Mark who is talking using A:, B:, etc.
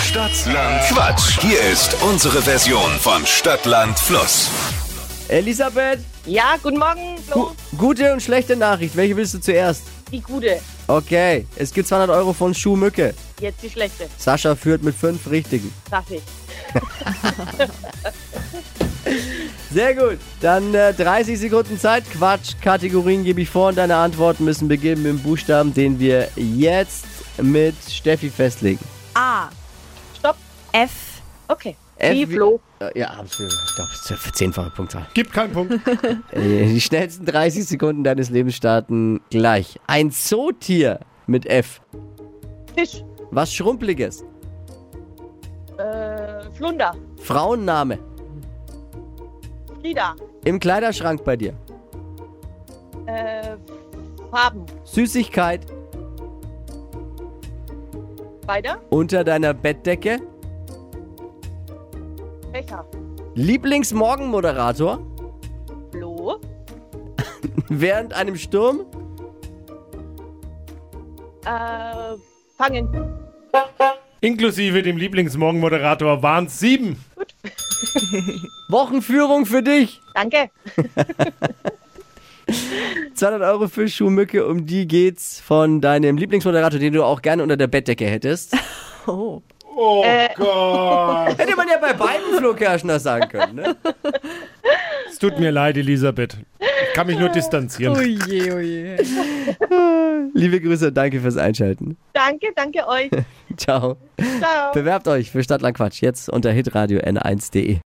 A: Stadtland Quatsch. Hier ist unsere Version von Stadtland Fluss.
B: Elisabeth,
C: Ja, guten Morgen, Flo.
B: gute und schlechte Nachricht. Welche willst du zuerst?
C: Die gute,
B: Okay, es gibt 200 Euro von Schuhmücke.
C: jetzt die schlechte,
B: Sascha führt mit 5 Richtigen.
C: sag ich.
B: Sehr gut. Dann 30 Sekunden Zeit. Quatsch. Kategorien gebe ich vor und deine Antworten müssen beginnen mit dem Buchstaben, den wir jetzt mit Steffi festlegen.
D: A.
C: Stopp.
D: F.
C: Okay.
B: F
C: Wie
B: wie-
C: Flo.
B: Ja, absolut. Ich glaube, es ist für 10-fache Punktzahl.
E: Gibt keinen Punkt.
B: Die schnellsten 30 Sekunden deines Lebens starten gleich. Ein Zootier mit F.
C: Fisch.
B: Was Schrumpeliges.
C: Flunder.
B: Frauenname.
C: Frieda.
B: Im Kleiderschrank bei dir.
C: Farben.
B: Süßigkeit.
C: Weiter.
B: Unter deiner Bettdecke.
C: Becher.
B: Lieblingsmorgenmoderator.
C: Flo.
B: Während einem Sturm.
C: Fangen.
E: Inklusive dem Lieblingsmorgenmoderator waren es 7.
B: Wochenführung für dich.
C: Danke.
B: 200 Euro für Schuhmücke, um die geht's von deinem Lieblingsmoderator, den du auch gerne unter der Bettdecke hättest.
D: Oh.
E: Oh Gott.
B: Hätte man ja bei beiden Flo Kerschner sagen können, ne?
E: Es tut mir leid, Elisabeth. Ich kann mich nur distanzieren.
D: Oje, oje.
B: Liebe Grüße und danke fürs Einschalten.
C: Danke euch.
B: Ciao.
C: Ciao.
B: Bewerbt euch für Stadtland Quatsch jetzt unter hitradio n1.de.